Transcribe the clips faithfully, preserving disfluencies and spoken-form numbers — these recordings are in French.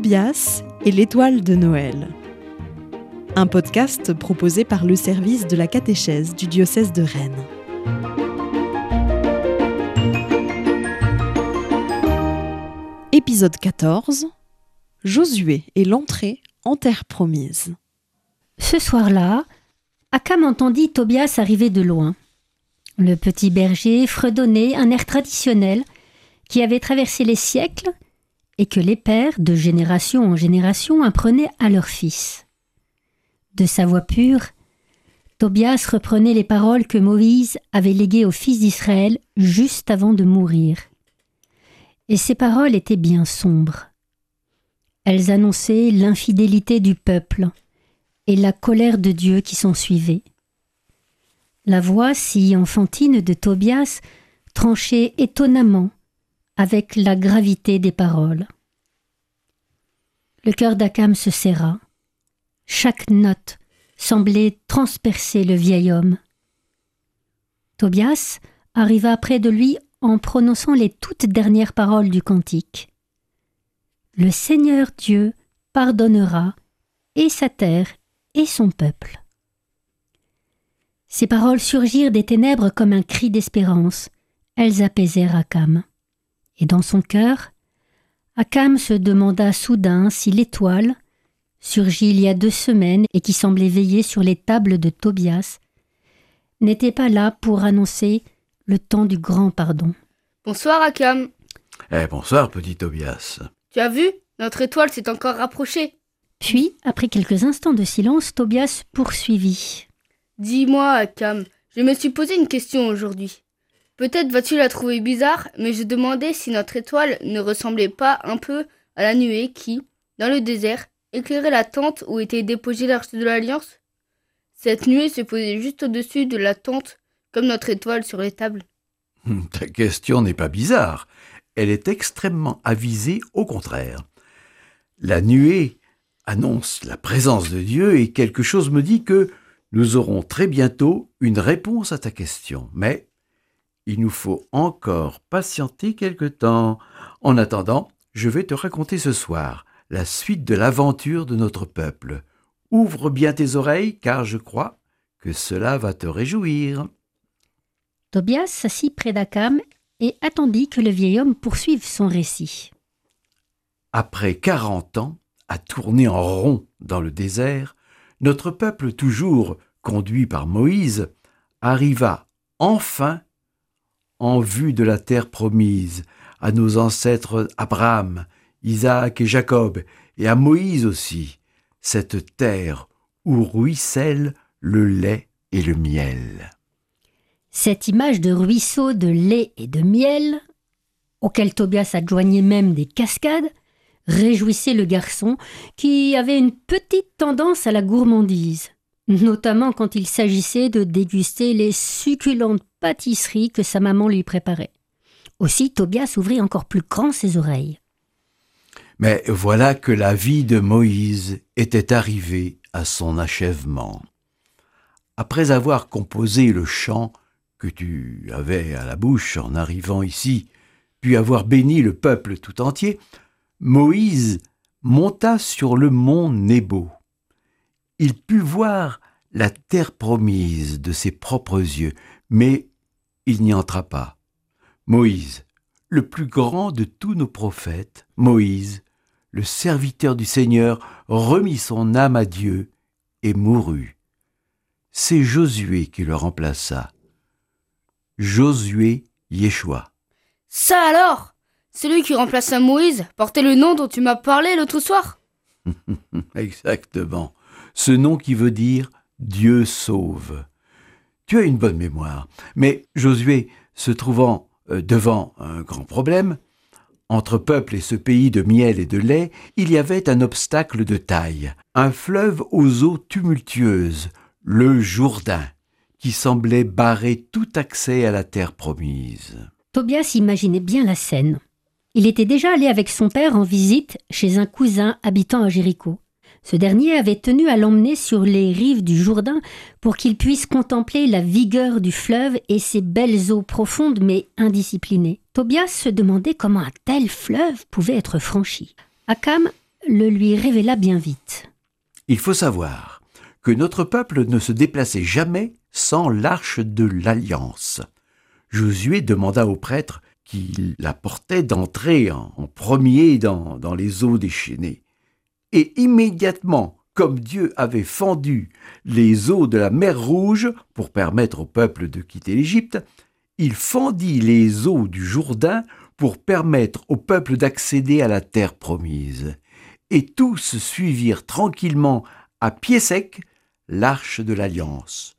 Tobias et l'étoile de Noël. Un podcast proposé par le service de la catéchèse du diocèse de Rennes. Épisode quatorze. Josué et l'entrée en terre promise. Ce soir-là, Akam entendit Tobias arriver de loin. Le petit berger fredonnait un air traditionnel qui avait traversé les siècles et que les pères, de génération en génération, apprenaient à leurs fils. De sa voix pure, Tobias reprenait les paroles que Moïse avait léguées aux fils d'Israël juste avant de mourir. Et ces paroles étaient bien sombres. Elles annonçaient l'infidélité du peuple et la colère de Dieu qui s'ensuivait. La voix si enfantine de Tobias tranchait étonnamment avec la gravité des paroles. Le cœur d'Akam se serra. Chaque note semblait transpercer le vieil homme. Tobias arriva près de lui en prononçant les toutes dernières paroles du cantique. Le Seigneur Dieu pardonnera et sa terre et son peuple. Ces paroles surgirent des ténèbres comme un cri d'espérance. Elles apaisèrent Akam. Et dans son cœur, Akam se demanda soudain si l'étoile, surgie il y a deux semaines et qui semblait veiller sur les tables de Tobias, n'était pas là pour annoncer le temps du grand pardon. Bonsoir Akam. Eh, bonsoir petit Tobias. Tu as vu ? Notre étoile s'est encore rapprochée. Puis, après quelques instants de silence, Tobias poursuivit. Dis-moi Akam, je me suis posé une question aujourd'hui. Peut-être vas-tu la trouver bizarre, mais je demandais si notre étoile ne ressemblait pas un peu à la nuée qui, dans le désert, éclairait la tente où était déposée l'arche de l'Alliance. Cette nuée se posait juste au-dessus de la tente, comme notre étoile sur les tables. Ta question n'est pas bizarre. Elle est extrêmement avisée, au contraire. La nuée annonce la présence de Dieu et quelque chose me dit que nous aurons très bientôt une réponse à ta question. Mais il nous faut encore patienter quelque temps. En attendant, je vais te raconter ce soir la suite de l'aventure de notre peuple. Ouvre bien tes oreilles, car je crois que cela va te réjouir. Tobias s'assit près d'Akam et attendit que le vieil homme poursuive son récit. Après quarante ans, à tourner en rond dans le désert, notre peuple, toujours conduit par Moïse, arriva enfin en vue de la terre promise, à nos ancêtres Abraham, Isaac et Jacob, et à Moïse aussi, cette terre où ruisselle le lait et le miel. Cette image de ruisseau de lait et de miel, auquel Tobias adjoignait même des cascades, réjouissait le garçon qui avait une petite tendance à la gourmandise, notamment quand il s'agissait de déguster les succulentes pâtisseries que sa maman lui préparait. Aussi, Tobias ouvrit encore plus grand ses oreilles. Mais voilà que la vie de Moïse était arrivée à son achèvement. Après avoir composé le chant que tu avais à la bouche en arrivant ici, puis avoir béni le peuple tout entier, Moïse monta sur le mont Nebo. Il put voir la terre promise de ses propres yeux, mais il n'y entra pas. Moïse, le plus grand de tous nos prophètes, Moïse, le serviteur du Seigneur, remit son âme à Dieu et mourut. C'est Josué qui le remplaça. Josué Yeshua. Ça alors ? Celui qui remplaça Moïse portait le nom dont tu m'as parlé l'autre soir ? Exactement. Ce nom qui veut dire « Dieu sauve ». Tu as une bonne mémoire. Mais Josué, se trouvant euh, devant un grand problème, entre peuple et ce pays de miel et de lait, il y avait un obstacle de taille, un fleuve aux eaux tumultueuses, le Jourdain, qui semblait barrer tout accès à la terre promise. Tobias imaginait bien la scène. Il était déjà allé avec son père en visite chez un cousin habitant à Jéricho. Ce dernier avait tenu à l'emmener sur les rives du Jourdain pour qu'il puisse contempler la vigueur du fleuve et ses belles eaux profondes mais indisciplinées. Tobias se demandait comment un tel fleuve pouvait être franchi. Akam le lui révéla bien vite. Il faut savoir que notre peuple ne se déplaçait jamais sans l'arche de l'Alliance. Josué demanda au prêtre qui la portait d'entrer en, en premier dans, dans les eaux déchaînées. Et immédiatement, comme Dieu avait fendu les eaux de la mer Rouge pour permettre au peuple de quitter l'Égypte, il fendit les eaux du Jourdain pour permettre au peuple d'accéder à la terre promise. Et tous suivirent tranquillement à pied sec l'arche de l'Alliance.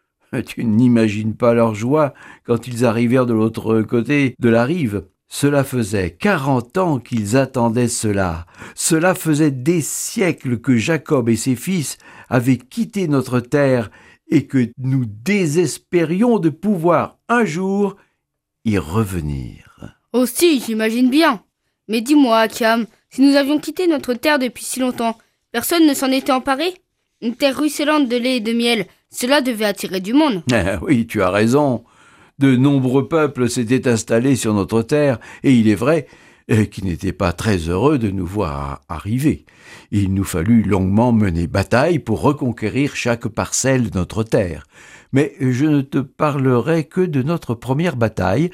Tu n'imagines pas leur joie quand ils arrivèrent de l'autre côté de la rive. Cela faisait quarante ans qu'ils attendaient cela. Cela faisait des siècles que Jacob et ses fils avaient quitté notre terre et que nous désespérions de pouvoir un jour y revenir. Aussi, j'imagine bien. Mais dis-moi, Akam, si nous avions quitté notre terre depuis si longtemps, personne ne s'en était emparé ? Une terre ruisselante de lait et de miel, cela devait attirer du monde. Eh oui, tu as raison. De nombreux peuples s'étaient installés sur notre terre, et il est vrai eh, qu'ils n'étaient pas très heureux de nous voir arriver. Il nous fallut longuement mener bataille pour reconquérir chaque parcelle de notre terre. Mais je ne te parlerai que de notre première bataille,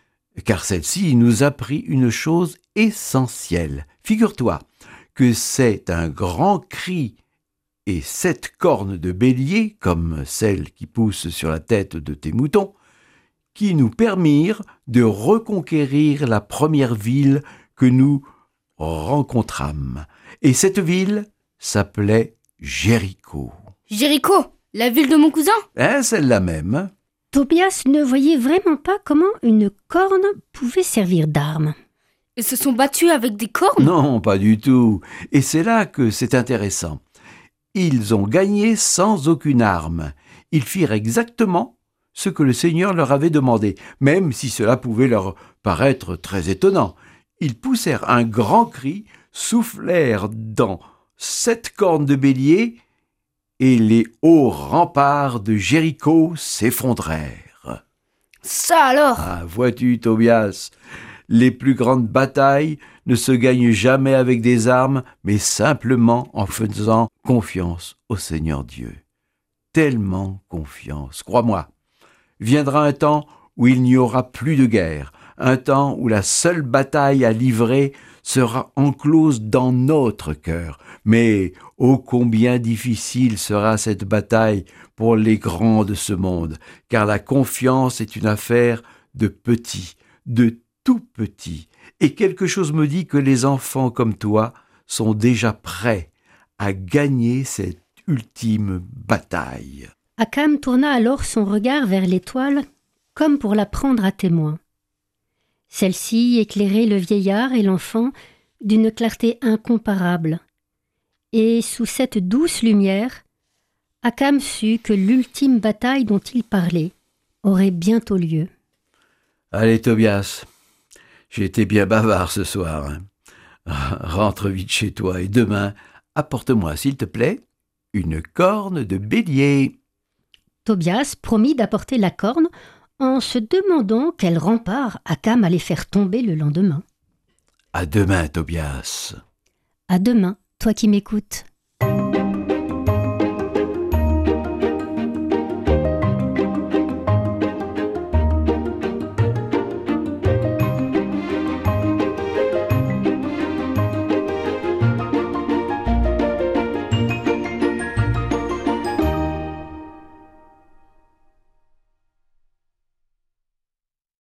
car celle-ci nous a appris une chose essentielle. Figure-toi que c'est un grand cri et sept cornes de bélier, comme celles qui poussent sur la tête de tes moutons, qui nous permirent de reconquérir la première ville que nous rencontrâmes. Et cette ville s'appelait Jéricho. Jéricho, la ville de mon cousin ? Hein, celle-là même. Tobias ne voyait vraiment pas comment une corne pouvait servir d'arme. Ils se sont battus avec des cornes ? Non, pas du tout. Et c'est là que c'est intéressant. Ils ont gagné sans aucune arme. Ils firent exactement ce que le Seigneur leur avait demandé, même si cela pouvait leur paraître très étonnant. Ils poussèrent un grand cri, soufflèrent dans sept cornes de bélier, et les hauts remparts de Jéricho s'effondrèrent. Ça alors ? Ah, vois-tu, Tobias, les plus grandes batailles ne se gagnent jamais avec des armes, mais simplement en faisant confiance au Seigneur Dieu. Tellement confiance, crois-moi. Viendra un temps où il n'y aura plus de guerre, un temps où la seule bataille à livrer sera enclose dans notre cœur. Mais ô combien difficile sera cette bataille pour les grands de ce monde, car la confiance est une affaire de petits, de tout petits, et quelque chose me dit que les enfants comme toi sont déjà prêts à gagner cette ultime bataille. Akam tourna alors son regard vers l'étoile, comme pour la prendre à témoin. Celle-ci éclairait le vieillard et l'enfant d'une clarté incomparable. Et sous cette douce lumière, Akam sut que l'ultime bataille dont il parlait aurait bientôt lieu. Allez, Tobias, j'ai été bien bavard ce soir. Hein. Rentre vite chez toi et demain, apporte-moi, s'il te plaît, une corne de bélier. Tobias promit d'apporter la corne en se demandant quel rempart Akam allait faire tomber le lendemain. À demain, Tobias. À demain, toi qui m'écoutes.